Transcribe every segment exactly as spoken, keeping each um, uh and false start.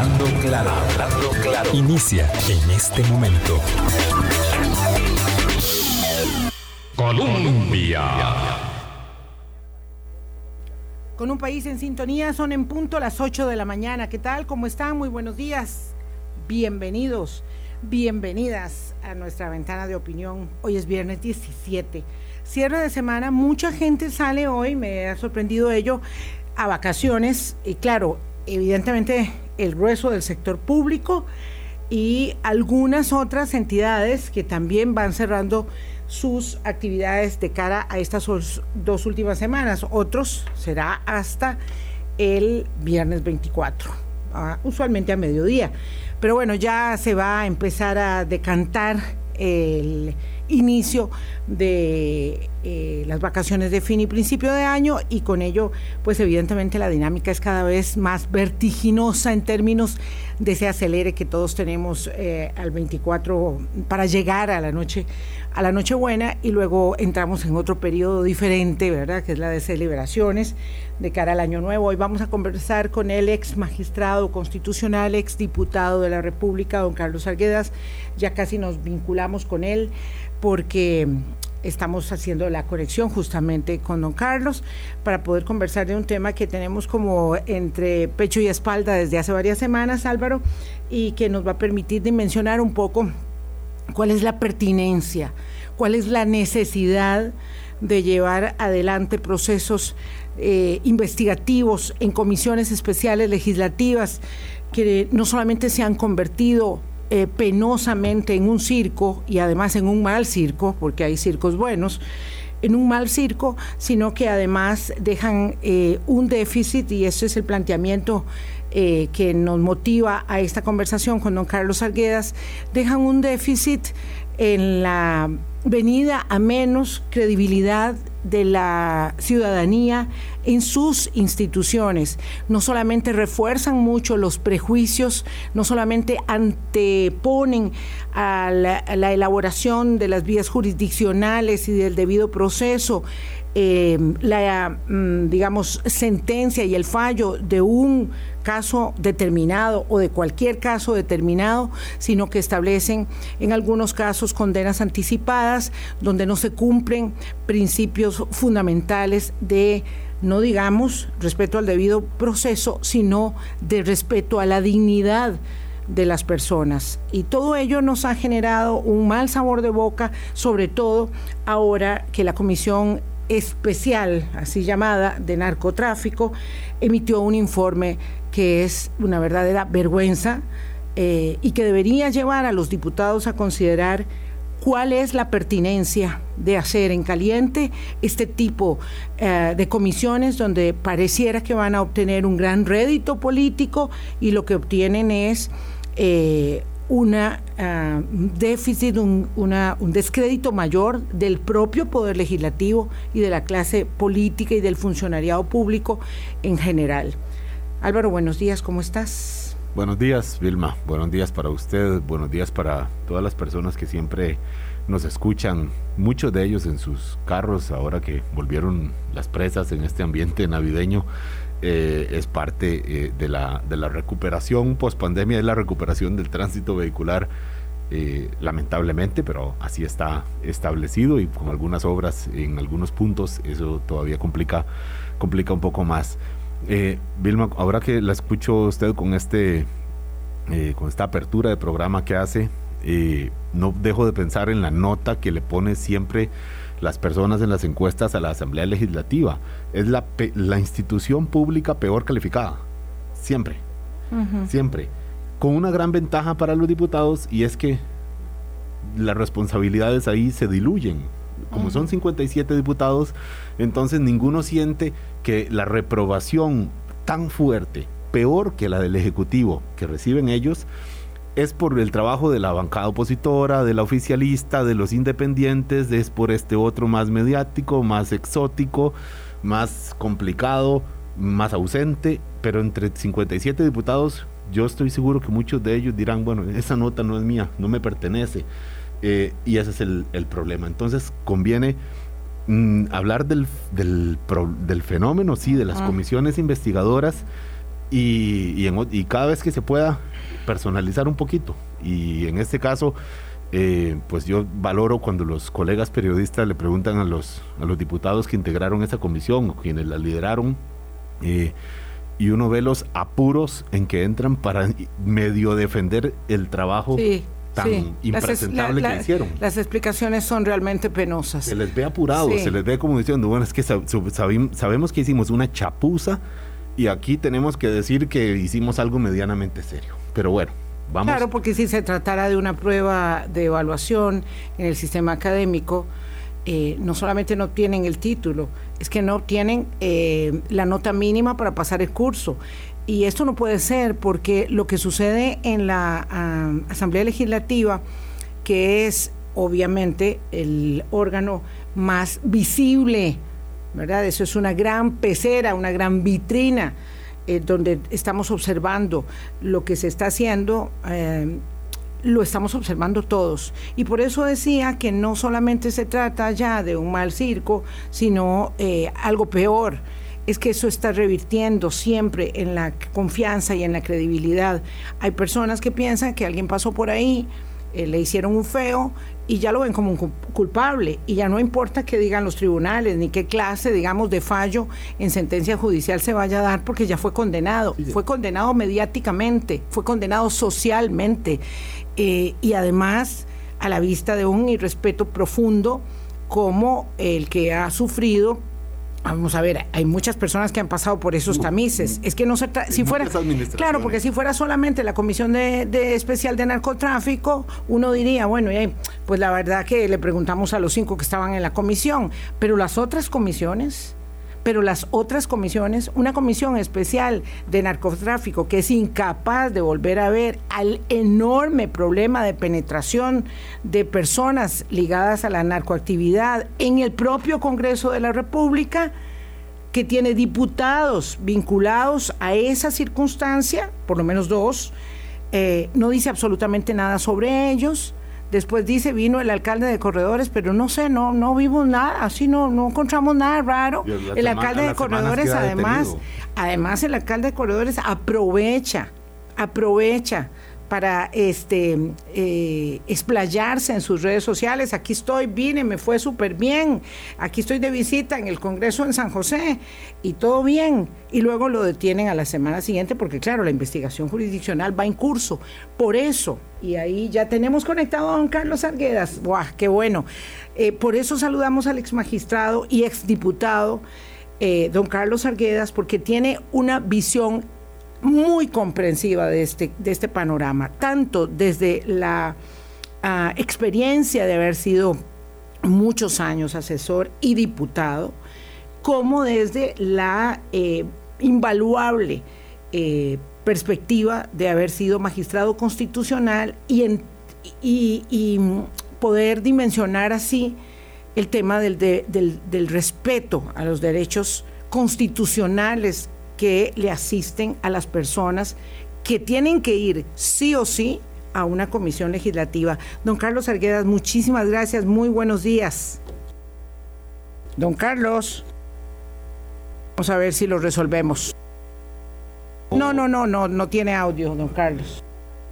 Hablando claro, hablando claro. Inicia en este momento. Colombia. Con un país en sintonía, son en punto las ocho de la mañana. ¿Qué tal? ¿Cómo están? Muy buenos días. Bienvenidos, bienvenidas a nuestra ventana de opinión. Hoy es viernes diecisiete. Cierre de semana, mucha gente sale hoy, me ha sorprendido ello, a vacaciones. Y claro, evidentemente el grueso del sector público y algunas otras entidades que también van cerrando sus actividades de cara a estas dos últimas semanas. Otros será hasta el viernes veinticuatro, uh, usualmente a mediodía. Pero bueno, ya se va a empezar a decantar el inicio de eh, las vacaciones de fin y principio de año, y con ello pues evidentemente la dinámica es cada vez más vertiginosa en términos de ese acelere que todos tenemos eh, al veinticuatro para llegar a la noche a la Nochebuena, y luego entramos en otro periodo diferente, ¿verdad?, que es la de celebraciones de cara al Año Nuevo. Hoy vamos a conversar con el ex magistrado constitucional, ex diputado de la República, don Carlos Arguedas. Ya casi nos vinculamos con él porque estamos haciendo la conexión justamente con don Carlos para poder conversar de un tema que tenemos como entre pecho y espalda desde hace varias semanas, Álvaro, y que nos va a permitir dimensionar un poco cuál es la pertinencia, cuál es la necesidad de llevar adelante procesos eh, investigativos en comisiones especiales legislativas que no solamente se han convertido eh, penosamente en un circo, y además en un mal circo, porque hay circos buenos, en un mal circo, sino que además dejan eh, un déficit, y ese es el planteamiento eh, que nos motiva a esta conversación con don Carlos Arguedas. Dejan un déficit en la venida a menos credibilidad de la ciudadanía en sus instituciones. No solamente refuerzan mucho los prejuicios, no solamente anteponen a la, a la elaboración de las vías jurisdiccionales y del debido proceso eh, la, digamos, sentencia y el fallo de un caso determinado o de cualquier caso determinado, sino que establecen en algunos casos condenas anticipadas donde no se cumplen principios fundamentales de, no digamos respeto al debido proceso, sino de respeto a la dignidad de las personas. Y todo ello nos ha generado un mal sabor de boca, sobre todo ahora que la Comisión Especial, así llamada, de narcotráfico, emitió un informe que es una verdadera vergüenza eh, y que debería llevar a los diputados a considerar cuál es la pertinencia de hacer en caliente este tipo eh, de comisiones donde pareciera que van a obtener un gran rédito político y lo que obtienen es eh, una uh, déficit, un, una, un descrédito mayor del propio poder legislativo y de la clase política y del funcionariado público en general. Álvaro, buenos días, ¿cómo estás? Buenos días, Vilma, buenos días para usted, buenos días para todas las personas que siempre nos escuchan, muchos de ellos en sus carros, ahora que volvieron las presas en este ambiente navideño. Eh, es parte eh, de, la, de la recuperación post-pandemia, es la recuperación del tránsito vehicular, eh, lamentablemente, pero así está establecido, y con algunas obras en algunos puntos eso todavía complica, complica un poco más. Eh, Vilma, ahora que la escucho usted con, este, eh, con esta apertura de programa que hace, eh, no dejo de pensar en la nota que le pone siempre las personas en las encuestas a la Asamblea Legislativa. Es la, la institución pública peor calificada, siempre, uh-huh. siempre, con una gran ventaja para los diputados, y es que las responsabilidades ahí se diluyen. Como uh-huh. son cincuenta y siete diputados, entonces ninguno siente que la reprobación tan fuerte, peor que la del Ejecutivo, que reciben ellos, es por el trabajo de la bancada opositora, de la oficialista, de los independientes, es por este otro más mediático, más exótico, más complicado, más ausente, pero entre cincuenta y siete diputados, yo estoy seguro que muchos de ellos dirán, bueno, esa nota no es mía, no me pertenece, eh, y ese es el, el problema. Entonces conviene mmm, hablar del, del, pro, del fenómeno, sí, de las uh-huh. comisiones investigadoras, y, y, en, y cada vez que se pueda personalizar un poquito. Y en este caso, eh, pues yo valoro cuando los colegas periodistas le preguntan a los, a los diputados que integraron esa comisión o quienes la lideraron, eh, y uno ve los apuros en que entran para medio defender el trabajo sí, tan sí. impresentable las, la, que hicieron. Las explicaciones son realmente penosas. Se les ve apurados, sí. se les ve como diciendo, bueno, es que sab, sab, sabemos que hicimos una chapuza y aquí tenemos que decir que hicimos algo medianamente serio. Pero bueno, vamos. Claro, porque si se tratara de una prueba de evaluación en el sistema académico, eh, no solamente no obtienen el título, es que no obtienen eh, la nota mínima para pasar el curso. Y esto no puede ser, porque lo que sucede en la uh, Asamblea Legislativa, que es obviamente el órgano más visible, ¿verdad? Eso es una gran pecera, una gran vitrina, eh, donde estamos observando lo que se está haciendo, eh, lo estamos observando todos. Y por eso decía que no solamente se trata ya de un mal circo, sino eh, algo peor. Es que eso está revirtiendo siempre en la confianza y en la credibilidad. Hay personas que piensan que alguien pasó por ahí, eh, le hicieron un feo y ya lo ven como un culpable, y ya no importa qué digan los tribunales ni qué clase, digamos, de fallo en sentencia judicial se vaya a dar, porque ya fue condenado, sí, sí. fue condenado mediáticamente, fue condenado socialmente, eh, y además a la vista de un irrespeto profundo como el que ha sufrido. Vamos a ver, hay muchas personas que han pasado por esos tamices. Es que no se tra- si fuera, claro, porque si fuera solamente la Comisión de, de Especial de Narcotráfico, uno diría, bueno, pues la verdad que le preguntamos a los cinco que estaban en la comisión, pero las otras comisiones, pero las otras comisiones, una comisión especial de narcotráfico que es incapaz de volver a ver al enorme problema de penetración de personas ligadas a la narcoactividad en el propio Congreso de la República, que tiene diputados vinculados a esa circunstancia, por lo menos dos, eh, no dice absolutamente nada sobre ellos. Después dice, vino el alcalde de Corredores, pero no sé, no no vimos nada, así no no encontramos nada raro. El alcalde de Corredores, además, además el alcalde de Corredores aprovecha, aprovecha para este eh, explayarse en sus redes sociales. Aquí estoy, vine, me fue súper bien, aquí estoy de visita en el Congreso en San José y todo bien, y luego lo detienen a la semana siguiente porque claro, la investigación jurisdiccional va en curso. Por eso, y ahí ya tenemos conectado a don Carlos Arguedas, ¡guau, qué bueno! Eh, por eso saludamos al exmagistrado y exdiputado eh, don Carlos Arguedas, porque tiene una visión muy comprensiva de este, de este panorama, tanto desde la uh, experiencia de haber sido muchos años asesor y diputado, como desde la eh, invaluable eh, perspectiva de haber sido magistrado constitucional y, en, y, y poder dimensionar así el tema del, de, del, del respeto a los derechos constitucionales que le asisten a las personas que tienen que ir sí o sí a una comisión legislativa. Don Carlos Arguedas, muchísimas gracias, muy buenos días. Don Carlos, vamos a ver si lo resolvemos. No, no, no, no, no tiene audio, don Carlos.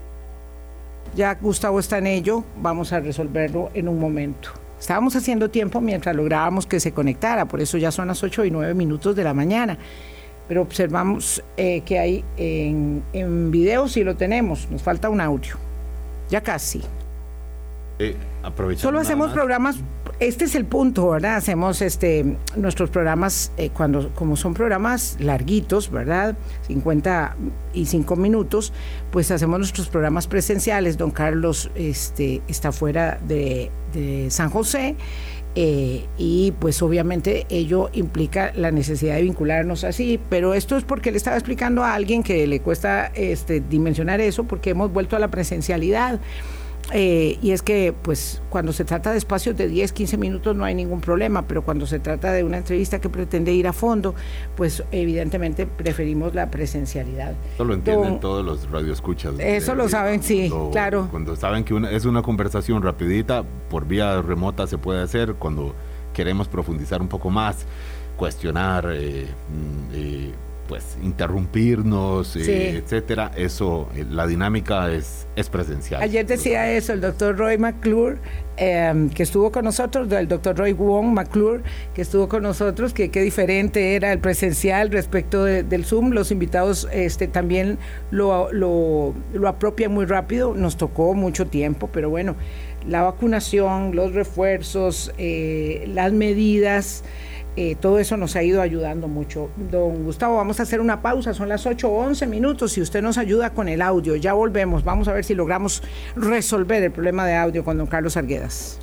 Ya Gustavo está en ello, vamos a resolverlo en un momento. Estábamos haciendo tiempo mientras lográbamos que se conectara, por eso ya son las ocho y nueve minutos de la mañana. Pero observamos eh, que hay en, en video, sí lo tenemos, nos falta un audio, ya casi. Eh, Solo hacemos más. programas, este es el punto, ¿verdad? Hacemos este nuestros programas, eh, cuando como son programas larguitos, ¿verdad? cincuenta y cinco minutos, pues hacemos nuestros programas presenciales. Don Carlos este, está fuera de, de San José, Eh, y pues obviamente ello implica la necesidad de vincularnos así, pero esto es porque le estaba explicando a alguien que le cuesta este, dimensionar eso, porque hemos vuelto a la presencialidad. Eh, y es que pues cuando se trata de espacios de diez, quince minutos no hay ningún problema, pero cuando se trata de una entrevista que pretende ir a fondo, pues evidentemente preferimos la presencialidad. Eso lo entienden Don, todos los radioescuchas. Eso de, lo saben, sí, cuando, claro. Cuando saben que una, es una conversación rapidita, por vía remota se puede hacer, cuando queremos profundizar un poco más, cuestionar, eh, eh, pues interrumpirnos, Sí. eh, etcétera. Eso, eh, la dinámica es, es presencial. Ayer decía eso el doctor Roy McClure, eh, que estuvo con nosotros, el doctor Roy Wong McClure, que estuvo con nosotros, que qué diferente era el presencial respecto de, del Zoom. Los invitados este, también lo, lo, lo apropian muy rápido. Nos tocó mucho tiempo, pero bueno, la vacunación, los refuerzos, eh, las medidas, eh, todo eso nos ha ido ayudando mucho. Don Gustavo, vamos a hacer una pausa, son las ocho once minutos y usted nos ayuda con el audio. Ya volvemos, vamos a ver si logramos resolver el problema de audio con don Carlos Arguedas.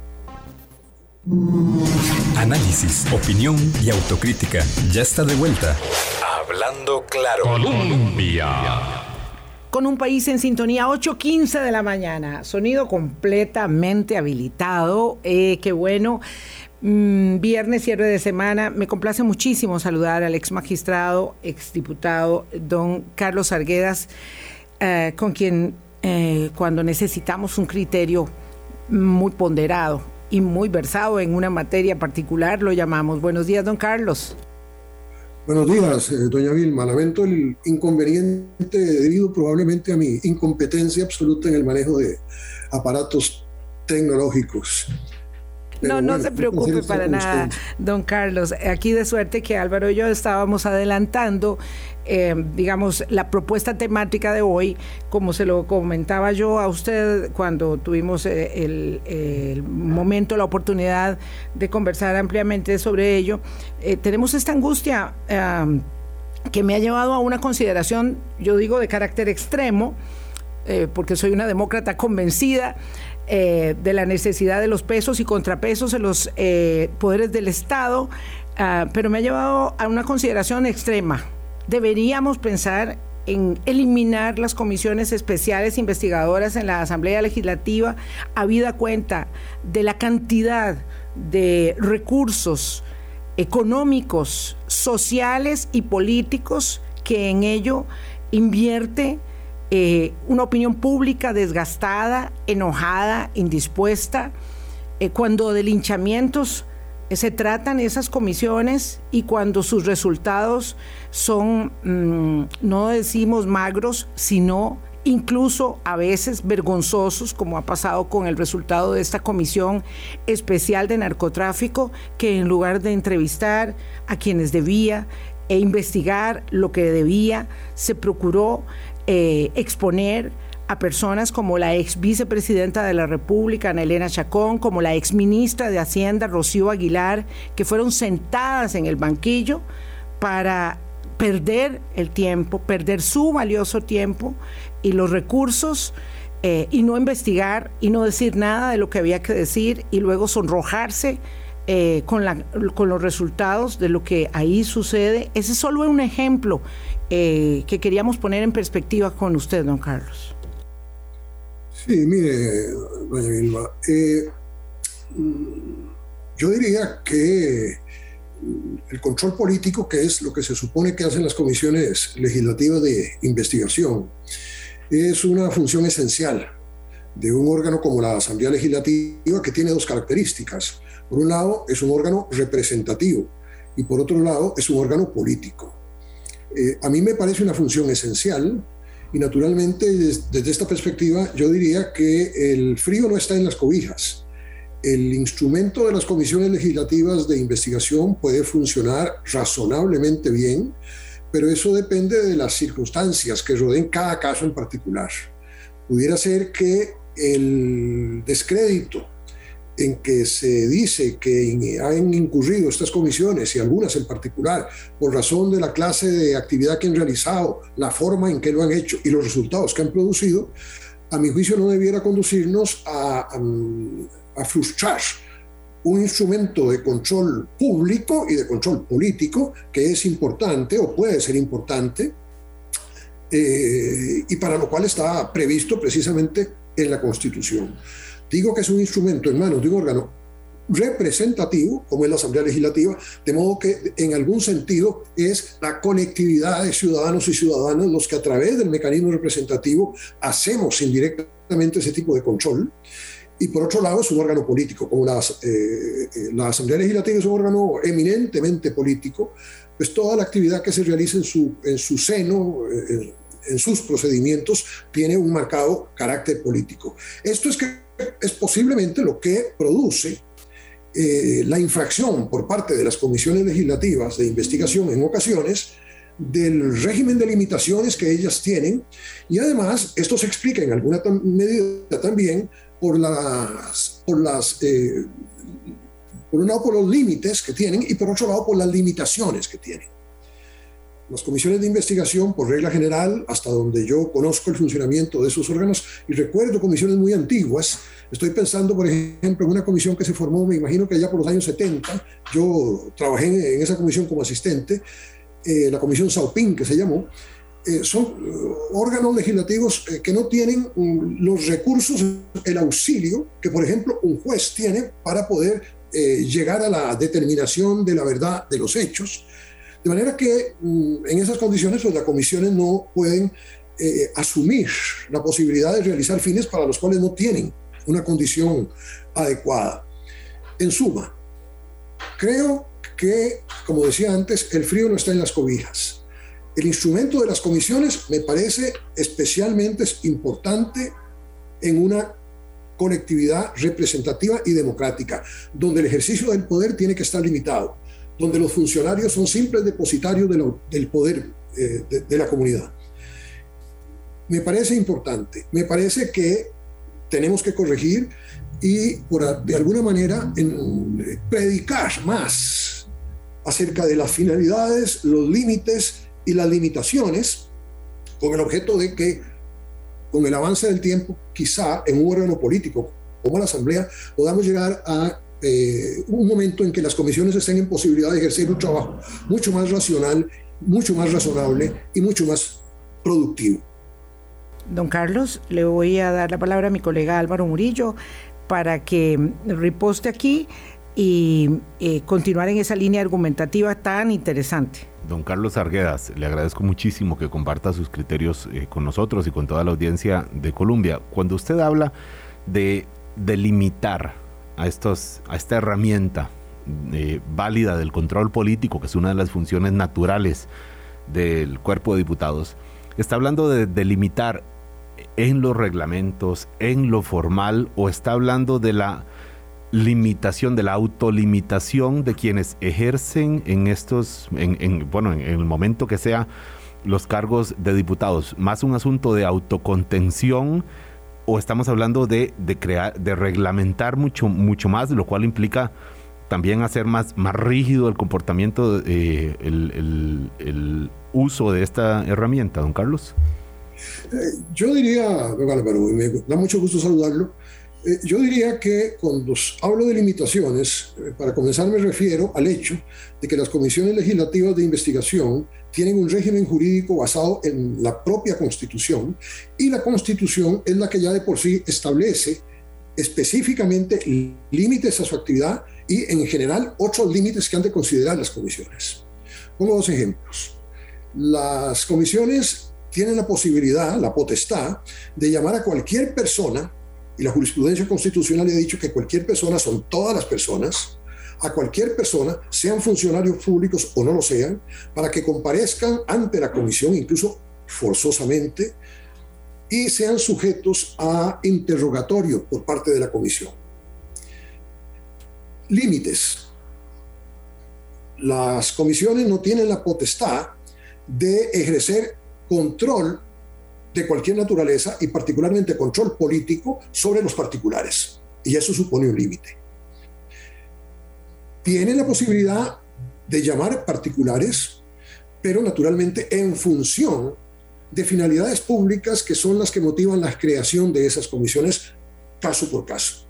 Análisis, opinión y autocrítica. Ya está de vuelta. Hablando claro. Colombia. Con un país en sintonía, ocho quince de la mañana, sonido completamente habilitado, eh, qué bueno, mm, viernes, cierre de semana, me complace muchísimo saludar al ex magistrado, ex diputado, don Carlos Arguedas, eh, con quien eh, cuando necesitamos un criterio muy ponderado y muy versado en una materia particular, lo llamamos. Buenos días, don Carlos. Buenos días, eh, doña Vilma. Lamento el inconveniente debido probablemente a mi incompetencia absoluta en el manejo de aparatos tecnológicos. Pero no, no bueno, se preocupe para nada, don Carlos. Aquí de suerte que Álvaro y yo estábamos adelantando, eh, digamos, la propuesta temática de hoy, como se lo comentaba yo a usted cuando tuvimos eh, el, el momento, la oportunidad de conversar ampliamente sobre ello. Eh, tenemos esta angustia eh, que me ha llevado a una consideración, yo digo, de carácter extremo, eh, porque soy una demócrata convencida, Eh, de la necesidad de los pesos y contrapesos en los eh, poderes del Estado, uh, pero me ha llevado a una consideración extrema. Deberíamos pensar en eliminar las comisiones especiales investigadoras en la Asamblea Legislativa, habida cuenta de la cantidad de recursos económicos, sociales y políticos que en ello invierte Eh, una opinión pública desgastada, enojada, indispuesta, eh, cuando de linchamientos eh, se tratan esas comisiones y cuando sus resultados son, mmm, no decimos magros, sino incluso a veces vergonzosos, como ha pasado con el resultado de esta comisión especial de narcotráfico, que en lugar de entrevistar a quienes debía e investigar lo que debía, se procuró Eh, exponer a personas como la ex vicepresidenta de la República, Ana Elena Chacón, como la ex ministra de Hacienda, Rocío Aguilar, que fueron sentadas en el banquillo para perder el tiempo, perder su valioso tiempo y los recursos, eh, y no investigar y no decir nada de lo que había que decir y luego sonrojarse eh, con, la, con los resultados de lo que ahí sucede. Ese es solo un ejemplo Eh, que queríamos poner en perspectiva con usted, don Carlos. Sí, mire, doña Vilma, eh, yo diría que el control político, que es lo que se supone que hacen las comisiones legislativas de investigación, es una función esencial de un órgano como la Asamblea Legislativa, que tiene dos características. Por un lado, es un órgano representativo y por otro lado, es un órgano político. Eh, a mí me parece una función esencial y naturalmente des, desde esta perspectiva yo diría que el frío no está en las cobijas. El instrumento de las comisiones legislativas de investigación puede funcionar razonablemente bien, pero eso depende de las circunstancias que rodeen cada caso en particular. Pudiera ser que el descrédito en que se dice que han incurrido estas comisiones, y algunas en particular, por razón de la clase de actividad que han realizado, la forma en que lo han hecho y los resultados que han producido, a mi juicio no debiera conducirnos a, a, a frustrar un instrumento de control público y de control político que es importante o puede ser importante, eh, y para lo cual está previsto precisamente en la Constitución. Digo que es un instrumento en manos de un órgano representativo, como es la Asamblea Legislativa, de modo que en algún sentido es la colectividad de ciudadanos y ciudadanas los que a través del mecanismo representativo hacemos indirectamente ese tipo de control. y por otro lado es un órgano político, como las, eh, la Asamblea Legislativa es un órgano eminentemente político, pues toda la actividad que se realiza en su, en su seno, en, en sus procedimientos, tiene un marcado carácter político. Esto es, que, es posiblemente lo que produce eh, la infracción por parte de las comisiones legislativas de investigación en ocasiones del régimen de limitaciones que ellas tienen, y además esto se explica en alguna medida también por las, por las eh, por un lado por los límites que tienen y por otro lado por las limitaciones que tienen. Las comisiones de investigación, por regla general, hasta donde yo conozco el funcionamiento de esos órganos, y recuerdo comisiones muy antiguas, estoy pensando, por ejemplo, en una comisión que se formó, me imagino que allá por los años setenta, yo trabajé en esa comisión como asistente, eh, la comisión Saupín, que se llamó, eh, son uh, órganos legislativos eh, que no tienen um, los recursos, el auxilio que, por ejemplo, un juez tiene para poder eh, llegar a la determinación de la verdad de los hechos. De manera que mm, en esas condiciones pues, las comisiones no pueden eh, asumir la posibilidad de realizar fines para los cuales no tienen una condición adecuada. En suma, creo que, como decía antes, el frío no está en las cobijas. El instrumento de las comisiones me parece especialmente importante en una colectividad representativa y democrática, donde el ejercicio del poder tiene que estar limitado, donde los funcionarios son simples depositarios de lo, del poder eh, de, de la comunidad. Me parece importante, me parece que tenemos que corregir y por, de alguna manera en, predicar más acerca de las finalidades, los límites y las limitaciones, con el objeto de que con el avance del tiempo, quizá en un órgano político como la Asamblea, podamos llegar a Eh, un momento en que las comisiones estén en posibilidad de ejercer un trabajo mucho más racional, mucho más razonable y mucho más productivo. Don Carlos, le voy a dar la palabra a mi colega Álvaro Murillo para que riposte aquí y eh, continuar en esa línea argumentativa tan interesante. Don Carlos Arguedas, le agradezco muchísimo que comparta sus criterios eh, con nosotros y con toda la audiencia de Colombia. Cuando usted habla de delimitar a, estos, a esta herramienta eh, válida del control político, que es una de las funciones naturales del cuerpo de diputados, ¿está hablando de delimitar en los reglamentos, en lo formal, o está hablando de la limitación, de la autolimitación de quienes ejercen en estos, en, en, bueno, en, en el momento que sea, los cargos de diputados? ¿Más un asunto de autocontención o estamos hablando de, de crear, de reglamentar mucho, mucho más, lo cual implica también hacer más, más rígido el comportamiento, eh, el, el, el uso de esta herramienta, don Carlos? Eh, yo diría, don Álvaro, y me da mucho gusto saludarlo, eh, yo diría que cuando hablo de limitaciones, eh, para comenzar me refiero al hecho de que las comisiones legislativas de investigación tienen un régimen jurídico basado en la propia Constitución, y la Constitución es la que ya de por sí establece específicamente límites a su actividad y en general otros límites que han de considerar las comisiones. Pongo dos ejemplos. Las comisiones tienen la posibilidad, la potestad, de llamar a cualquier persona, y la jurisprudencia constitucional le ha dicho que cualquier persona son todas las personas, a cualquier persona, sean funcionarios públicos o no lo sean, para que comparezcan ante la comisión, incluso forzosamente, y sean sujetos a interrogatorio por parte de la comisión. Límites. Las comisiones no tienen la potestad de ejercer control de cualquier naturaleza y particularmente control político sobre los particulares, y eso supone un límite. Tienen la posibilidad de llamar particulares, pero naturalmente en función de finalidades públicas que son las que motivan la creación de esas comisiones caso por caso.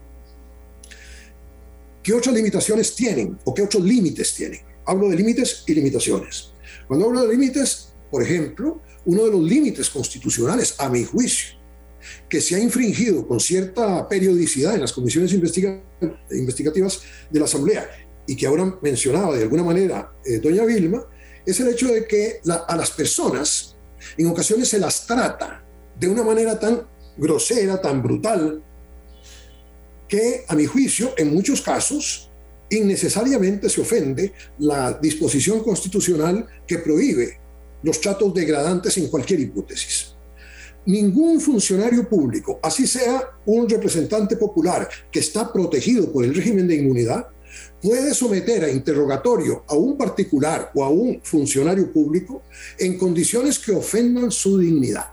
¿Qué otras limitaciones tienen o qué otros límites tienen? Hablo de límites y limitaciones. Cuando hablo de límites, por ejemplo, uno de los límites constitucionales, a mi juicio, que se ha infringido con cierta periodicidad en las comisiones investiga- investigativas de la Asamblea, y que ahora mencionaba de alguna manera eh, doña Vilma, es el hecho de que la, a las personas en ocasiones se las trata de una manera tan grosera, tan brutal, que a mi juicio en muchos casos innecesariamente se ofende la disposición constitucional que prohíbe los tratos degradantes en cualquier hipótesis. Ningún funcionario público, así sea un representante popular que está protegido por el régimen de inmunidad, puede someter a interrogatorio a un particular o a un funcionario público en condiciones que ofendan su dignidad,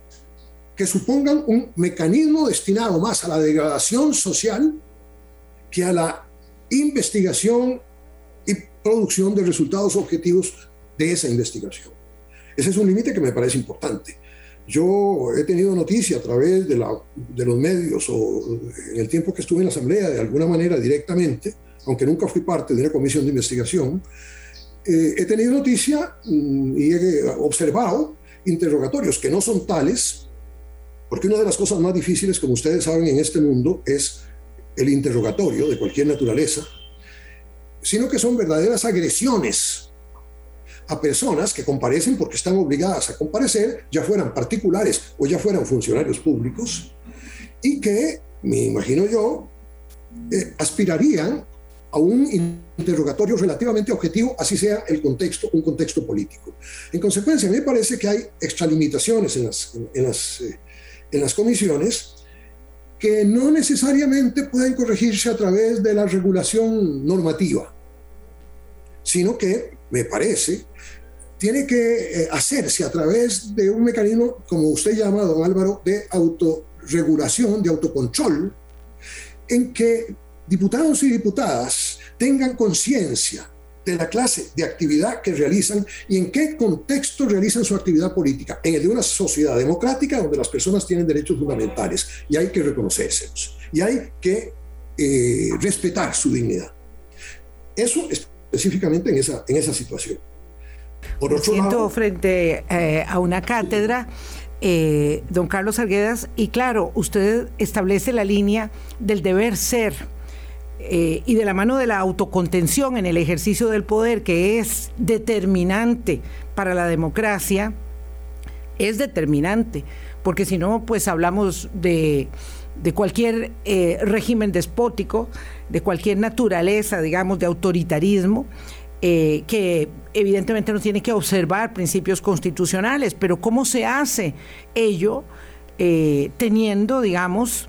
que supongan un mecanismo destinado más a la degradación social que a la investigación y producción de resultados objetivos de esa investigación. Ese es un límite que me parece importante. Yo he tenido noticia a través de, la, de los medios o en el tiempo que estuve en la Asamblea, de alguna manera directamente, aunque nunca fui parte de una comisión de investigación, eh, he tenido noticia mm, y he observado interrogatorios que no son tales, porque una de las cosas más difíciles, como ustedes saben, en este mundo es el interrogatorio de cualquier naturaleza, sino que son verdaderas agresiones a personas que comparecen porque están obligadas a comparecer, ya fueran particulares o ya fueran funcionarios públicos, y que, me imagino yo, eh, aspirarían a un interrogatorio relativamente objetivo, así sea el contexto, un contexto político. En consecuencia, me parece que hay extralimitaciones en las, en las, eh, en las comisiones que no necesariamente pueden corregirse a través de la regulación normativa, sino que, me parece, tiene que eh, hacerse a través de un mecanismo, como usted llama, don Álvaro, de autorregulación, de autocontrol, en que diputados y diputadas tengan conciencia de la clase de actividad que realizan y en qué contexto realizan su actividad política, en el de una sociedad democrática donde las personas tienen derechos fundamentales y hay que reconocérselos y hay que eh, respetar su dignidad. Eso específicamente en esa, en esa situación. Por otro lado, siento frente eh, a una cátedra, eh, don Carlos Arguedas, y claro, usted establece la línea del deber ser, Eh, y de la mano de la autocontención en el ejercicio del poder, que es determinante para la democracia, es determinante, porque si no, pues hablamos de, de cualquier eh, régimen despótico, de cualquier naturaleza, digamos, de autoritarismo, eh, que evidentemente no tiene que observar principios constitucionales, pero ¿cómo se hace ello eh, teniendo, digamos,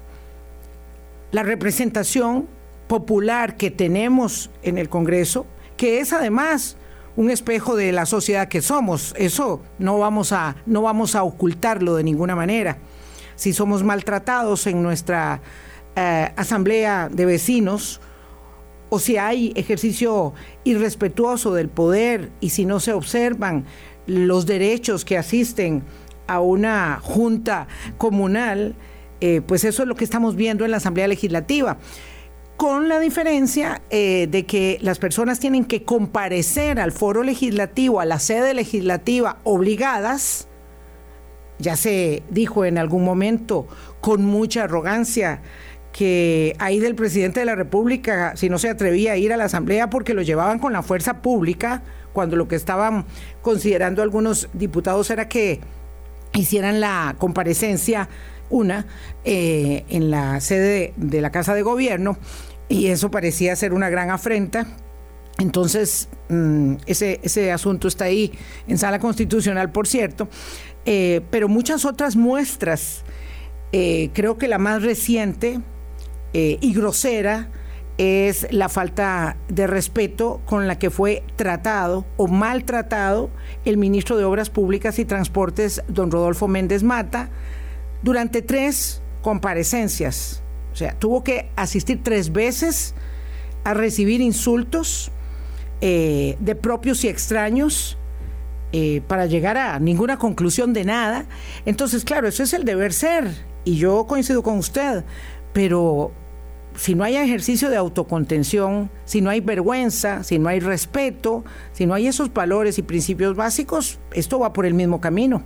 la representación popular que tenemos en el Congreso, que es además un espejo de la sociedad que somos? Eso no vamos a, no vamos a ocultarlo de ninguna manera. Si somos maltratados en nuestra eh, asamblea de vecinos, o si hay ejercicio irrespetuoso del poder y si no se observan los derechos que asisten a una junta comunal, eh, pues eso es lo que estamos viendo en la Asamblea Legislativa, con la diferencia eh, de que las personas tienen que comparecer al foro legislativo, a la sede legislativa, obligadas. Ya se dijo en algún momento con mucha arrogancia que ahí del presidente de la República, si no se atrevía a ir a la Asamblea porque lo llevaban con la fuerza pública, cuando lo que estaban considerando algunos diputados era que hicieran la comparecencia una eh, en la sede de, de la Casa de Gobierno, y eso parecía ser una gran afrenta. Entonces mmm, ese, ese asunto está ahí en Sala Constitucional, por cierto, eh, pero muchas otras muestras, eh, creo que la más reciente eh, y grosera es la falta de respeto con la que fue tratado o maltratado el ministro de Obras Públicas y Transportes, don Rodolfo Méndez Mata, durante tres comparecencias. O sea, tuvo que asistir tres veces a recibir insultos eh, de propios y extraños eh, para llegar a ninguna conclusión de nada. Entonces, claro, eso es el deber ser, y yo coincido con usted, pero si no hay ejercicio de autocontención, si no hay vergüenza, si no hay respeto, si no hay esos valores y principios básicos, esto va por el mismo camino.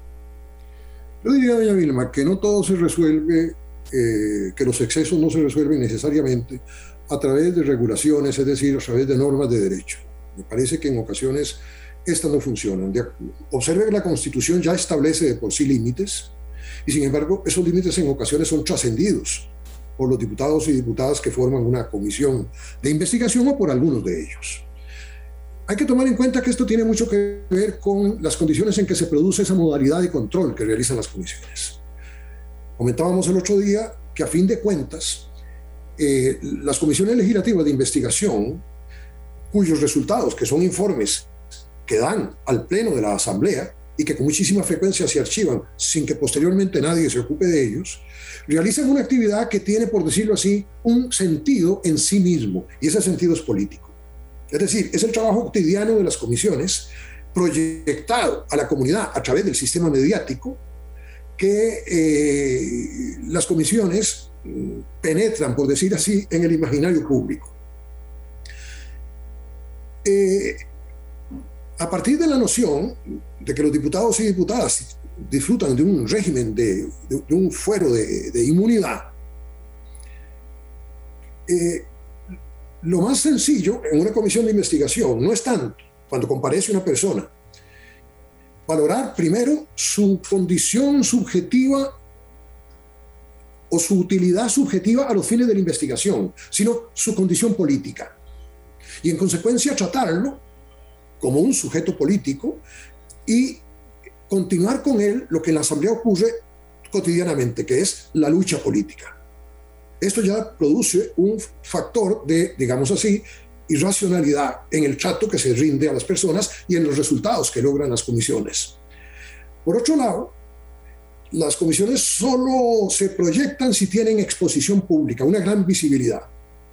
Yo diría, doña Vilma, que no todo se resuelve, eh, que los excesos no se resuelven necesariamente a través de regulaciones, es decir, a través de normas de derecho. Me parece que en ocasiones estas no funcionan. De, observe que la Constitución ya establece de por sí límites, y sin embargo esos límites en ocasiones son trascendidos por los diputados y diputadas que forman una comisión de investigación o por algunos de ellos. Hay que tomar en cuenta que esto tiene mucho que ver con las condiciones en que se produce esa modalidad de control que realizan las comisiones. Comentábamos el otro día que a fin de cuentas, eh, las comisiones legislativas de investigación, cuyos resultados, que son informes que dan al Pleno de la Asamblea y que con muchísima frecuencia se archivan sin que posteriormente nadie se ocupe de ellos, realizan una actividad que tiene, por decirlo así, un sentido en sí mismo, y ese sentido es político. Es decir, es el trabajo cotidiano de las comisiones proyectado a la comunidad a través del sistema mediático que eh, las comisiones penetran, por decir así, en el imaginario público. Eh, a partir de la noción de que los diputados y diputadas disfrutan de un régimen, de, de, de un fuero de, de inmunidad, eh, lo más sencillo en una comisión de investigación no es tanto, cuando comparece una persona, valorar primero su condición subjetiva o su utilidad subjetiva a los fines de la investigación, sino su condición política. Y en consecuencia tratarlo como un sujeto político y continuar con él lo que en la Asamblea ocurre cotidianamente, que es la lucha política. Esto ya produce un factor de, digamos así, irracionalidad en el trato que se rinde a las personas y en los resultados que logran las comisiones. Por otro lado, las comisiones solo se proyectan si tienen exposición pública, una gran visibilidad.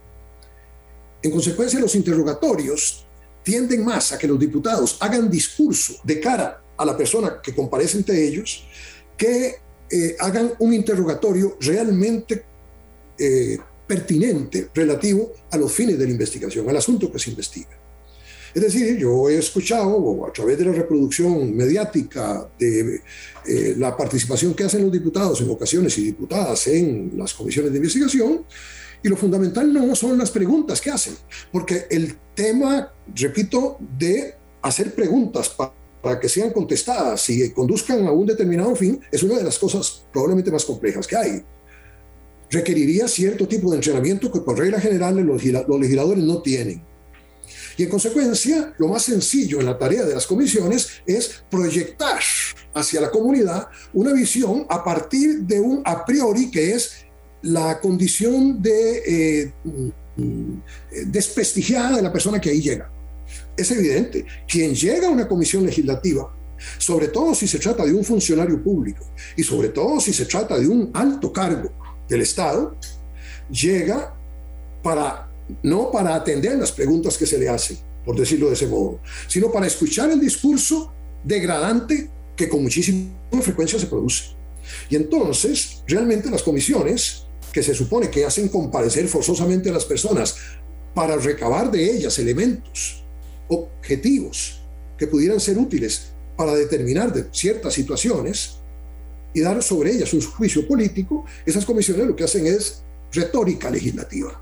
En consecuencia, los interrogatorios tienden más a que los diputados hagan discurso de cara a la persona que comparece ante ellos, que eh, hagan un interrogatorio realmente Eh, pertinente relativo a los fines de la investigación, al asunto que se investiga. Es decir, yo he escuchado a través de la reproducción mediática de eh, la participación que hacen los diputados en ocasiones y diputadas en las comisiones de investigación, y lo fundamental no son las preguntas que hacen, porque el tema, repito, de hacer preguntas para para que sean contestadas y conduzcan a un determinado fin es una de las cosas probablemente más complejas que hay. Requeriría cierto tipo de entrenamiento que por regla general los legisladores no tienen. Y en consecuencia, lo más sencillo en la tarea de las comisiones es proyectar hacia la comunidad una visión a partir de un a priori que es la condición de eh, desprestigiada de la persona que ahí llega. Es evidente, quien llega a una comisión legislativa, sobre todo si se trata de un funcionario público y sobre todo si se trata de un alto cargo del Estado, llega para, no para atender las preguntas que se le hacen, por decirlo de ese modo, sino para escuchar el discurso degradante que con muchísima frecuencia se produce. Y entonces, realmente las comisiones, que se supone que hacen comparecer forzosamente a las personas para recabar de ellas elementos objetivos que pudieran ser útiles para determinar de ciertas situaciones y dar sobre ellas un juicio político, esas comisiones lo que hacen es retórica legislativa.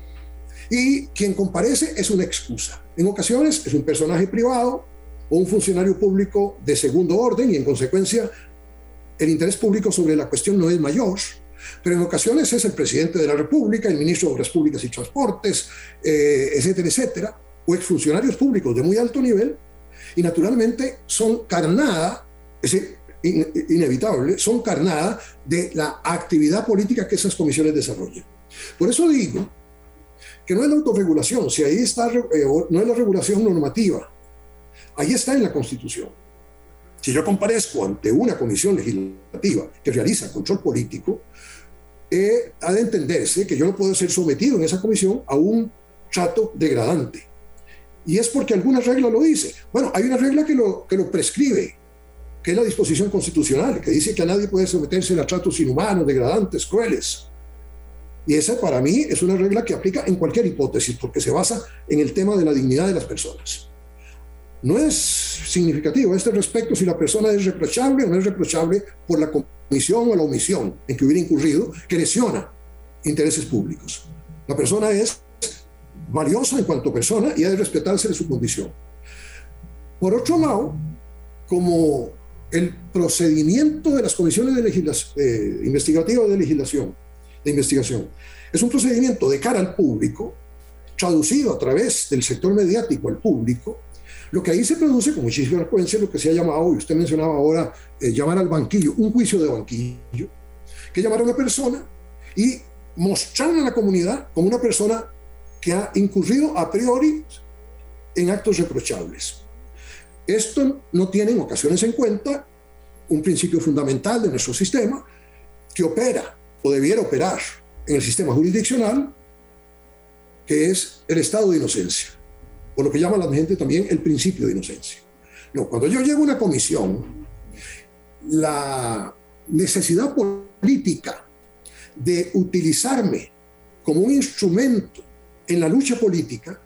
Y quien comparece es una excusa. En ocasiones es un personaje privado o un funcionario público de segundo orden y en consecuencia el interés público sobre la cuestión no es mayor, pero en ocasiones es el presidente de la República, el ministro de Obras Públicas y Transportes, eh, etcétera, etcétera, o exfuncionarios públicos de muy alto nivel, y naturalmente son carnada, es decir, in, inevitable, son carnada de la actividad política que esas comisiones desarrollan. Por eso digo que no es la autorregulación, si ahí está, eh, no es la regulación normativa, ahí está en la Constitución. Si yo comparezco ante una comisión legislativa que realiza control político, eh, ha de entenderse que yo no puedo ser sometido en esa comisión a un trato degradante. Y es porque alguna regla lo dice. Bueno, hay una regla que lo, que lo prescribe, que es la disposición constitucional, que dice que a nadie puede someterse a tratos inhumanos, degradantes, crueles. Y esa para mí es una regla que aplica en cualquier hipótesis, porque se basa en el tema de la dignidad de las personas. No es significativo a este respecto si la persona es reprochable o no es reprochable por la comisión o la omisión en que hubiera incurrido, que lesiona intereses públicos. La persona es valiosa en cuanto persona y ha de respetarse de su condición. Por otro lado, como el procedimiento de las comisiones de legislación, eh, investigativas de legislación de investigación. Es un procedimiento de cara al público, traducido a través del sector mediático al público. Lo que ahí se produce con muchísima frecuencia, lo que se ha llamado, y usted mencionaba ahora, eh, llamar al banquillo, un juicio de banquillo, que llamar a una persona y mostrarle a la comunidad como una persona que ha incurrido a priori en actos reprochables. Esto no tiene en ocasiones en cuenta un principio fundamental de nuestro sistema que opera o debiera operar en el sistema jurisdiccional, que es el estado de inocencia, o lo que llama la gente también el principio de inocencia. No, cuando yo llego a una comisión, la necesidad política de utilizarme como un instrumento en la lucha política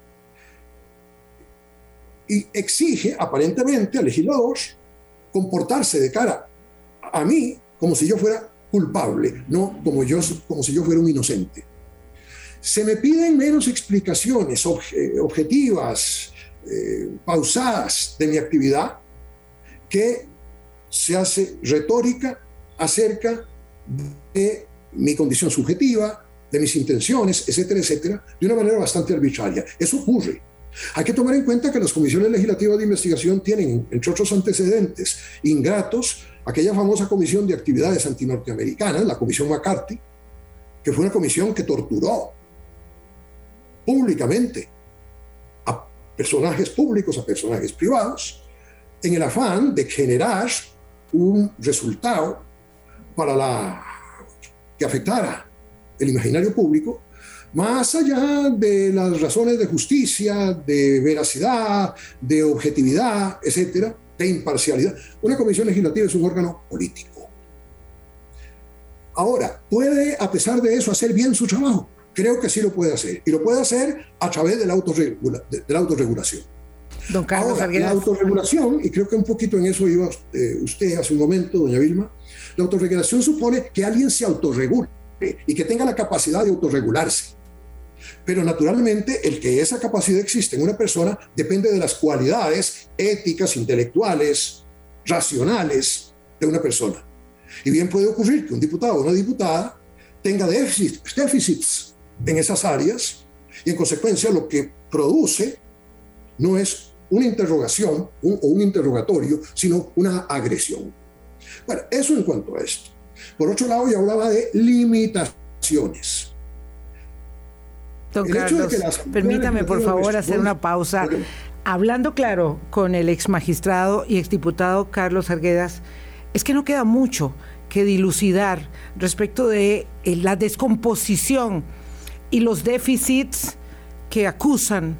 y exige aparentemente al legislador comportarse de cara a mí como si yo fuera culpable, no como, yo, como si yo fuera un inocente. Se me piden menos explicaciones obje, objetivas, eh, pausadas de mi actividad, que se hace retórica acerca de mi condición subjetiva, de mis intenciones, etcétera, etcétera, de una manera bastante arbitraria. Eso ocurre. Hay que tomar en cuenta que las comisiones legislativas de investigación tienen, entre otros antecedentes ingratos, aquella famosa comisión de actividades antinorteamericanas, la comisión McCarthy, que fue una comisión que torturó públicamente a personajes públicos, a personajes privados, en el afán de generar un resultado para la, que afectara el imaginario público, más allá de las razones de justicia, de veracidad, de objetividad, etcétera, de imparcialidad. Una comisión legislativa es un órgano político. Ahora, ¿puede, a pesar de eso, hacer bien su trabajo? Creo que sí lo puede hacer. Y lo puede hacer a través de la, autorregula, de, de la autorregulación. Don Carlos Ahora, Arguedas. La autorregulación, y creo que un poquito en eso iba eh, usted hace un momento, doña Vilma, la autorregulación supone que alguien se autorregule y que tenga la capacidad de autorregularse. Pero naturalmente el que esa capacidad existe en una persona depende de las cualidades éticas, intelectuales, racionales de una persona. Y bien puede ocurrir que un diputado o una diputada tenga déficit, déficits en esas áreas y en consecuencia lo que produce no es una interrogación un, o un interrogatorio, sino una agresión. Bueno, eso en cuanto a esto. Por otro lado, ya hablaba de limitaciones. Don Carlos, permítame por favor hacer una pausa. Hablando claro con el ex magistrado y exdiputado Carlos Arguedas, es que no queda mucho que dilucidar respecto de la descomposición y los déficits que acusan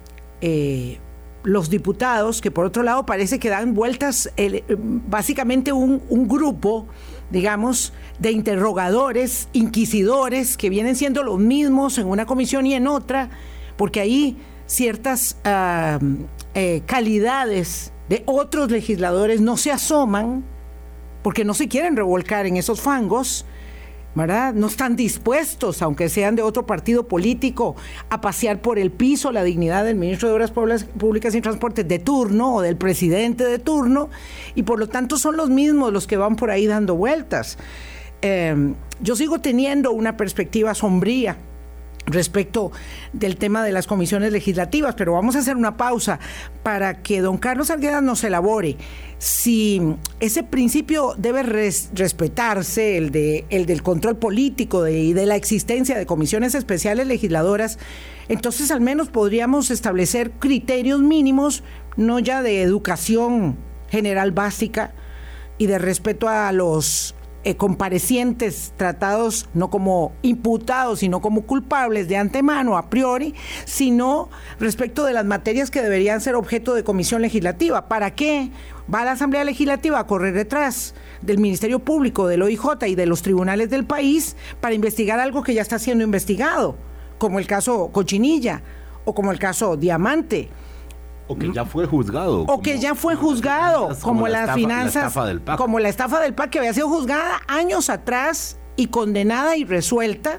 eh, los diputados, que por otro lado parece que dan vueltas, eh, básicamente un, un grupo, digamos, de interrogadores, inquisidores, que vienen siendo los mismos en una comisión y en otra, porque ahí ciertas uh, eh, calidades de otros legisladores no se asoman, porque no se quieren revolcar en esos fangos, ¿verdad? No están dispuestos, aunque sean de otro partido político, a pasear por el piso la dignidad del ministro de Obras Públicas y Transportes de turno o del presidente de turno, y por lo tanto son los mismos los que van por ahí dando vueltas. Eh, yo sigo teniendo una perspectiva sombría respecto del tema de las comisiones legislativas, pero vamos a hacer una pausa para que don Carlos Arguedas nos elabore si ese principio debe res, respetarse, el, de, el del control político de, y de la existencia de comisiones especiales legisladoras. Entonces al menos podríamos establecer criterios mínimos, no ya de educación general básica y de respeto a los Eh, comparecientes tratados no como imputados, sino como culpables de antemano, a priori, sino respecto de las materias que deberían ser objeto de comisión legislativa. ¿Para qué va la Asamblea Legislativa a correr detrás del Ministerio Público, del O I J y de los tribunales del país para investigar algo que ya está siendo investigado, como el caso Cochinilla o como el caso Diamante? O que ya fue juzgado. O que ya fue juzgado, como, como las estafa, finanzas, la estafa del P A C. Como la estafa del P A C, que había sido juzgada años atrás y condenada y resuelta,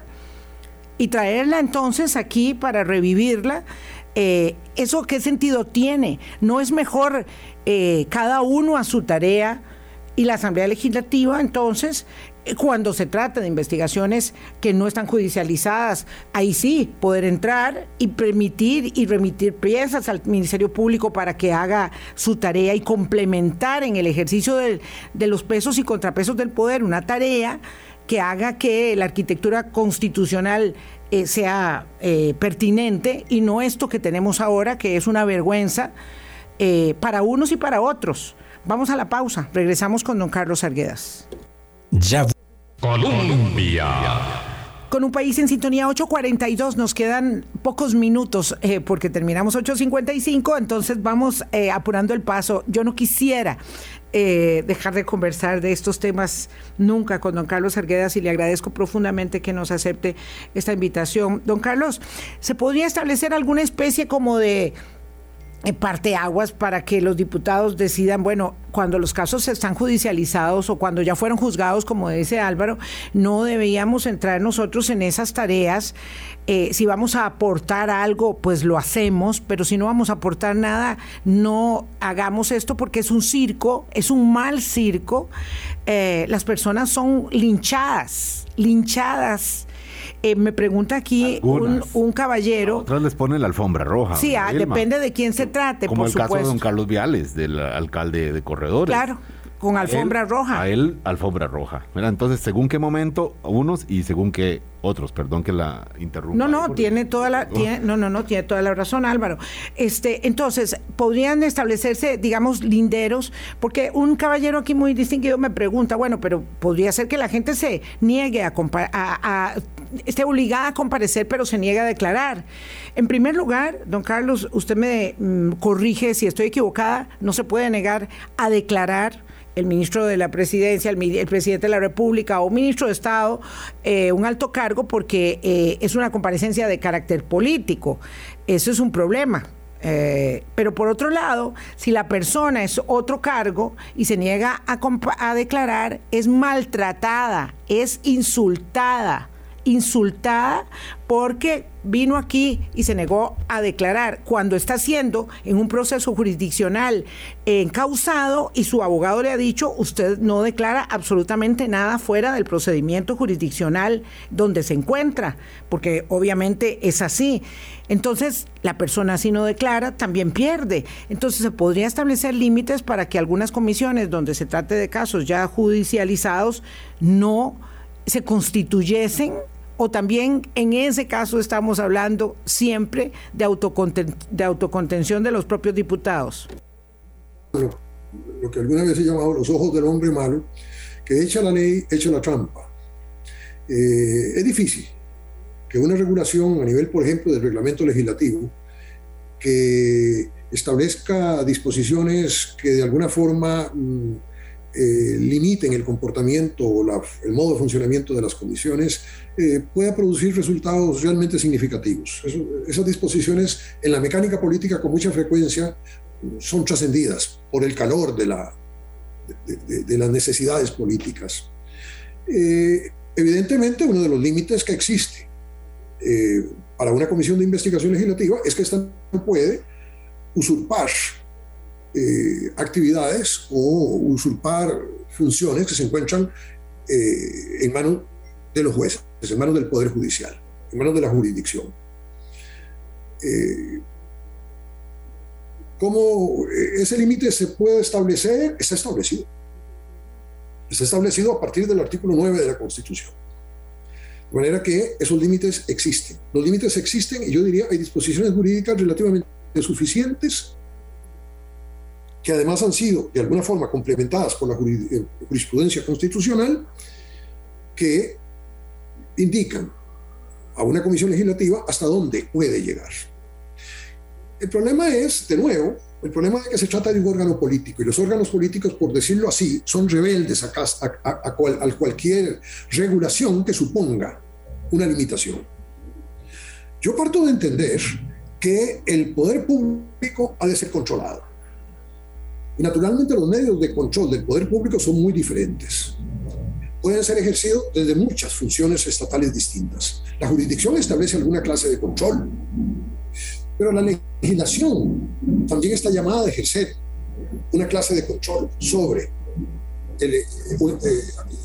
y traerla entonces aquí para revivirla, eh, ¿eso qué sentido tiene? ¿No es mejor eh, cada uno a su tarea y la Asamblea Legislativa entonces Cuando se trata de investigaciones que no están judicializadas, ahí sí, poder entrar y permitir y remitir piezas al Ministerio Público para que haga su tarea y complementar en el ejercicio de, de los pesos y contrapesos del poder una tarea que haga que la arquitectura constitucional eh, sea eh, pertinente y no esto que tenemos ahora, que es una vergüenza eh, para unos y para otros. Vamos a la pausa, regresamos con don Carlos Arguedas. Ya. Colombia. Con un país en sintonía, ocho cuarenta y dos, nos quedan pocos minutos eh, porque terminamos ocho cincuenta y cinco, entonces vamos eh, apurando el paso. Yo no quisiera eh, dejar de conversar de estos temas nunca con don Carlos Arguedas y le agradezco profundamente que nos acepte esta invitación. Don Carlos, ¿se podría establecer alguna especie como de parteaguas para que los diputados decidan, bueno, cuando los casos están judicializados o cuando ya fueron juzgados, como dice Álvaro, no debíamos entrar nosotros en esas tareas? Eh, si vamos a aportar algo, pues lo hacemos, pero si no vamos a aportar nada, no hagamos esto porque es un circo, es un mal circo. Eh, las personas son linchadas, linchadas. Eh, me pregunta aquí un, un caballero. A otras les ponen la alfombra roja. Sí, ah, depende de quién se trate, como por el supuesto. caso de don Carlos Viales, del alcalde de Corredores. Claro, con alfombra a él, roja. A él, alfombra roja. Mira, entonces, según qué momento, unos y según qué otros. Perdón que la interrumpa. No, no, tiene toda la, tiene, no, no, no, tiene toda la razón, Álvaro. Este, entonces, podrían establecerse, digamos, linderos, porque un caballero aquí muy distinguido me pregunta, bueno, pero podría ser que la gente se niegue a, a, a esté obligada a comparecer, pero se niega a declarar. En primer lugar, don Carlos, usted me mm, corrige si estoy equivocada, no se puede negar a declarar el ministro de la Presidencia, el, el presidente de la República o ministro de Estado, eh, un alto cargo, porque eh, es una comparecencia de carácter político. Eso es un problema. Eh, pero por otro lado, si la persona es otro cargo y se niega a, a declarar, es maltratada, es insultada. insultada porque vino aquí y se negó a declarar cuando está siendo en un proceso jurisdiccional encausado y su abogado le ha dicho, usted no declara absolutamente nada fuera del procedimiento jurisdiccional donde se encuentra, porque obviamente es así. Entonces, la persona si no declara también pierde. Entonces, se podría establecer límites para que algunas comisiones donde se trate de casos ya judicializados no se constituyesen. O también en ese caso estamos hablando siempre de, autoconten de autocontención de los propios diputados. Lo, lo que alguna vez se llamaba los ojos del hombre malo, que echa la ley, echa la trampa. Eh, es difícil que una regulación a nivel, por ejemplo, del reglamento legislativo, que establezca disposiciones que de alguna forma mmm, Eh, limiten el comportamiento o la, el modo de funcionamiento de las comisiones, eh, pueda producir resultados realmente significativos. Eso, esas disposiciones en la mecánica política con mucha frecuencia son trascendidas por el calor de, la, de, de, de las necesidades políticas. Eh, evidentemente, uno de los límites que existe eh, para una comisión de investigación legislativa es que esta no puede usurpar Eh, actividades o usurpar funciones que se encuentran eh, en manos de los jueces, en manos del Poder Judicial, en manos de la jurisdicción. Eh, ¿Cómo ese límite se puede establecer? Está establecido. Está establecido a partir del artículo nueve de la Constitución. De manera que esos límites existen. Los límites existen y yo diría hay disposiciones jurídicas relativamente suficientes que además han sido de alguna forma complementadas por la jurisprudencia constitucional, que indican a una comisión legislativa hasta dónde puede llegar. El problema es, de nuevo, el problema es que se trata de un órgano político, y los órganos políticos, por decirlo así, son rebeldes a, a, a, a, cual, a cualquier regulación que suponga una limitación. Yo parto de entender que el poder público ha de ser controlado. Y naturalmente los medios de control del poder público son muy diferentes. Pueden ser ejercidos desde muchas funciones estatales distintas. La jurisdicción establece alguna clase de control, pero la legislación también está llamada a ejercer una clase de control sobre el, eh,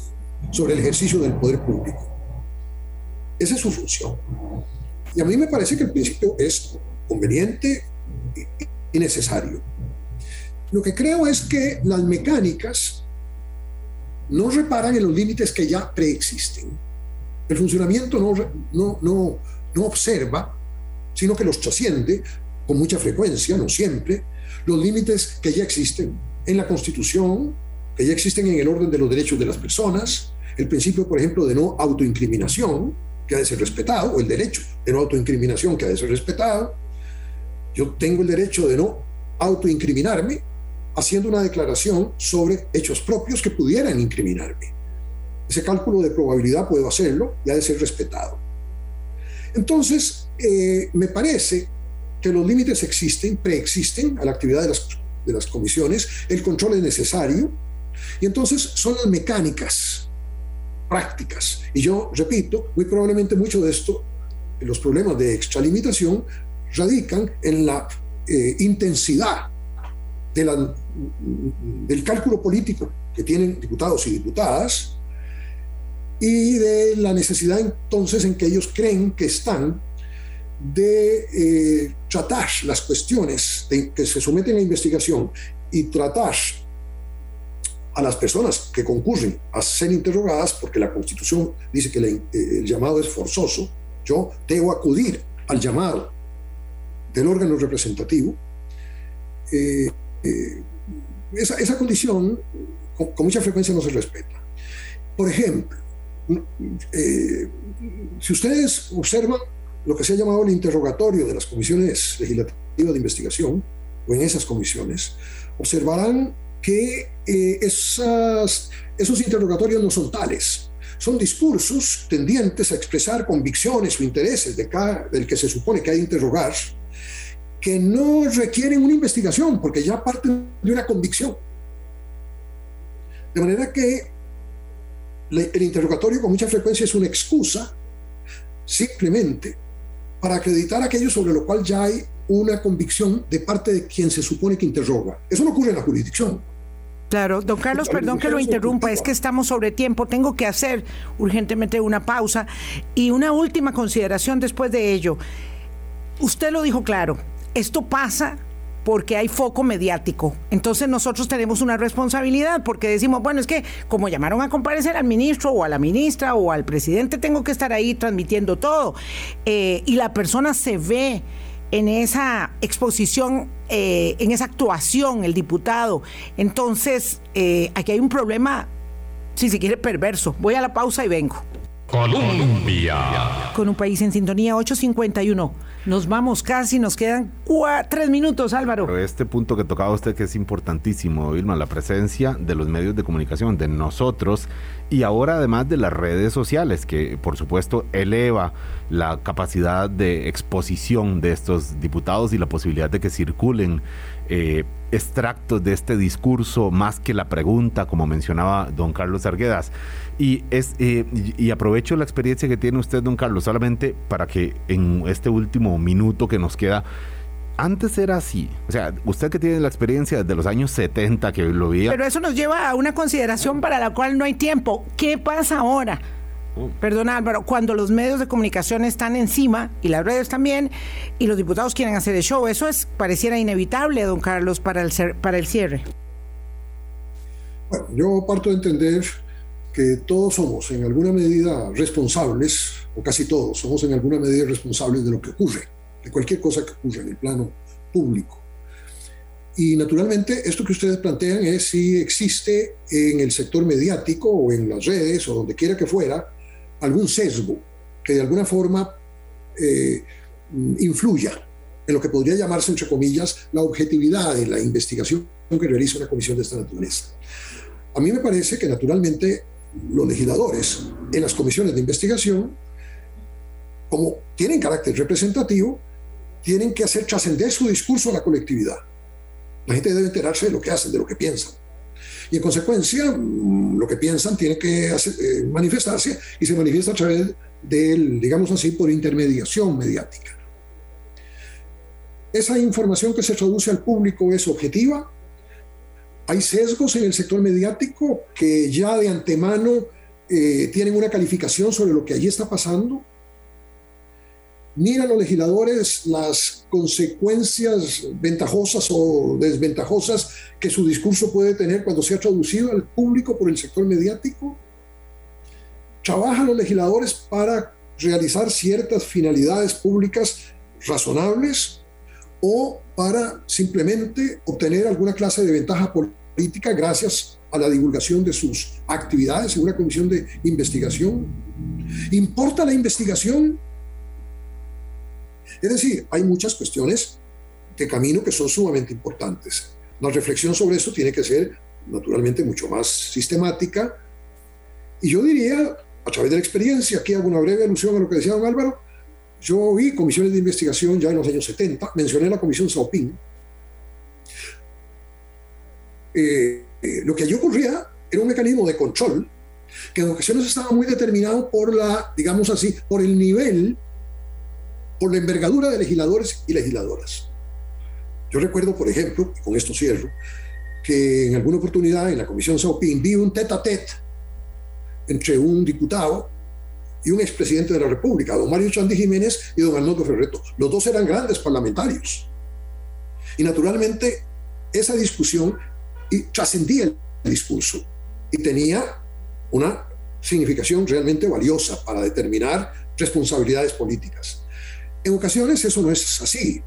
sobre el ejercicio del poder público. Esa es su función. Y a mí me parece que el principio es conveniente y necesario. Lo que creo es que las mecánicas no reparan en los límites que ya preexisten. El funcionamiento no, no, no, no observa, sino que los trasciende con mucha frecuencia, no siempre, los límites que ya existen en la Constitución, que ya existen en el orden de los derechos de las personas, el principio, por ejemplo, de no autoincriminación, que ha de ser respetado, o el derecho de no autoincriminación, que ha de ser respetado. Yo tengo el derecho de no autoincriminarme haciendo una declaración sobre hechos propios que pudieran incriminarme. Ese cálculo de probabilidad puedo hacerlo y ha de ser respetado. Entonces, eh, me parece que los límites existen, preexisten a la actividad de las, de las comisiones, el control es necesario, y entonces son las mecánicas prácticas. Y yo repito, muy probablemente mucho de esto, los problemas de extralimitación, radican en la eh, intensidad de la, del cálculo político que tienen diputados y diputadas y de la necesidad entonces en que ellos creen que están de eh, tratar las cuestiones de, que se someten a investigación y tratar a las personas que concurren a ser interrogadas, porque la Constitución dice que la, eh, el llamado es forzoso. Yo debo acudir al llamado del órgano representativo. Eh, eh, esa, esa condición con, con mucha frecuencia no se respeta. Por ejemplo, eh, si ustedes observan lo que se ha llamado el interrogatorio de las comisiones legislativas de investigación, o en esas comisiones, observarán que eh, esas, esos interrogatorios no son tales. Son discursos tendientes a expresar convicciones o intereses de cada, del que se supone que hay que interrogar, que no requieren una investigación, porque ya parten de una convicción. De manera que el interrogatorio con mucha frecuencia es una excusa, simplemente, para acreditar aquello sobre lo cual ya hay una convicción de parte de quien se supone que interroga. Eso no ocurre en la jurisdicción. Claro, don Carlos, perdón que lo interrumpa, es que estamos sobre tiempo, tengo que hacer urgentemente una pausa y una última consideración después de ello. Usted lo dijo claro, esto pasa porque hay foco mediático, entonces nosotros tenemos una responsabilidad porque decimos, bueno, es que como llamaron a comparecer al ministro o a la ministra o al presidente, tengo que estar ahí transmitiendo todo, eh, y la persona se ve en esa exposición, eh, en esa actuación, el diputado. Entonces, eh, aquí hay un problema, si se quiere, perverso. Voy a la pausa y vengo. Colombia. Con un país en sintonía, ocho cincuenta y uno. Nos vamos casi, nos quedan cuatro, tres minutos, Álvaro. Pero este punto que tocaba usted que es importantísimo, Vilma, la presencia de los medios de comunicación, de nosotros, y ahora además de las redes sociales, que por supuesto eleva la capacidad de exposición de estos diputados y la posibilidad de que circulen eh, extractos de este discurso más que la pregunta, como mencionaba don Carlos Arguedas. Y, es, eh, y, y aprovecho la experiencia que tiene usted, don Carlos, solamente para que en este último minuto que nos queda, antes era así, o sea, usted que tiene la experiencia desde los años setenta que lo veía. Pero eso nos lleva a una consideración para la cual no hay tiempo. ¿Qué pasa ahora? Oh. Perdona, Álvaro, cuando los medios de comunicación están encima, y las redes también, y los diputados quieren hacer el show, eso es pareciera inevitable, don Carlos, para el, para el cierre. Bueno, yo parto de entender que todos somos en alguna medida responsables, o casi todos somos en alguna medida responsables de lo que ocurre, de cualquier cosa que ocurra en el plano público. Y naturalmente esto que ustedes plantean es si existe en el sector mediático o en las redes o donde quiera que fuera algún sesgo que de alguna forma eh, influya en lo que podría llamarse, entre comillas, la objetividad de la investigación que realiza una comisión de esta naturaleza. A mí me parece que naturalmente los legisladores en las comisiones de investigación, como tienen carácter representativo, tienen que hacer trascender su discurso a la colectividad. La gente debe enterarse de lo que hacen, de lo que piensan. Y en consecuencia, lo que piensan tiene que hacer, eh, manifestarse, y se manifiesta a través del, digamos así, por intermediación mediática. Esa información que se traduce al público es objetiva. Hay sesgos en el sector mediático que ya de antemano eh, tienen una calificación sobre lo que allí está pasando. Miran los legisladores las consecuencias ventajosas o desventajosas que su discurso puede tener cuando sea traducido al público por el sector mediático. Trabajan los legisladores para realizar ciertas finalidades públicas razonables o para simplemente obtener alguna clase de ventaja política gracias a la divulgación de sus actividades en una comisión de investigación. ¿Importa la investigación? Es decir, hay muchas cuestiones de camino que son sumamente importantes. La reflexión sobre eso tiene que ser, naturalmente, mucho más sistemática. Y yo diría, a través de la experiencia, aquí hago una breve alusión a lo que decía don Álvaro, yo vi comisiones de investigación ya en los años setenta, mencioné la comisión Saupín. Eh, eh, lo que allí ocurría era un mecanismo de control que en ocasiones estaba muy determinado por la, digamos así, por el nivel, por la envergadura de legisladores y legisladoras. Yo recuerdo, por ejemplo, y con esto cierro, que en alguna oportunidad en la comisión Saupín vi un tete a tete entre un diputado y un expresidente de la República, don Mario Chandy Jiménez y don Arnoldo Ferretto. Los dos eran grandes parlamentarios. Y naturalmente esa discusión y trascendía el discurso y tenía una significación realmente valiosa para determinar responsabilidades políticas. En ocasiones eso no es así,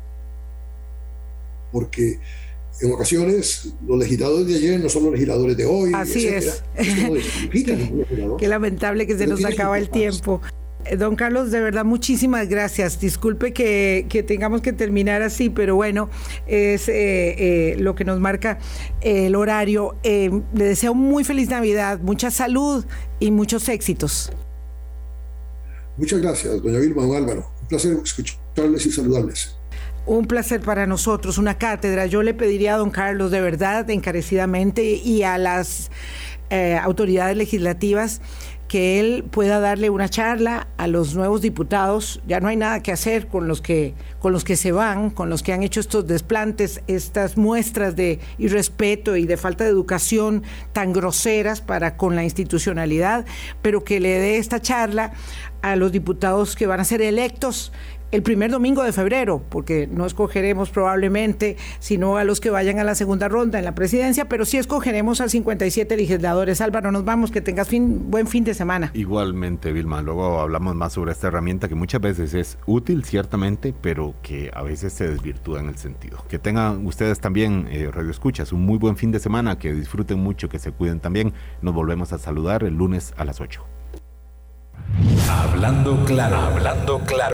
porque en ocasiones los legisladores de ayer no son los legisladores de hoy. Así etcétera. es. Qué, qué lamentable que se Pero nos acaba el tiempo. Don Carlos, de verdad, muchísimas gracias. Disculpe que, que tengamos que terminar así, pero bueno, es eh, eh, lo que nos marca eh, el horario. Eh, le deseo muy feliz Navidad, mucha salud y muchos éxitos. Muchas gracias, doña Vilma, don Álvaro. Un placer escucharles y saludarles. Un placer para nosotros, una cátedra. Yo le pediría a don Carlos, de verdad, encarecidamente, y a las eh, autoridades legislativas, que él pueda darle una charla a los nuevos diputados. Ya no hay nada que hacer con los que, con los que se van, con los que han hecho estos desplantes, estas muestras de irrespeto y de falta de educación tan groseras para con la institucionalidad, pero que le dé esta charla a los diputados que van a ser electos el primer domingo de febrero, porque no escogeremos probablemente, sino a los que vayan a la segunda ronda en la presidencia, pero sí escogeremos a cincuenta y siete legisladores. Álvaro, nos vamos, que tengas fin, buen fin de semana. Igualmente, Vilma, luego hablamos más sobre esta herramienta que muchas veces es útil, ciertamente, pero que a veces se desvirtúa en el sentido. Que tengan ustedes también, eh, Radio Escuchas, un muy buen fin de semana, que disfruten mucho, que se cuiden también. Nos volvemos a saludar el lunes a las ocho. Hablando claro, hablando claro.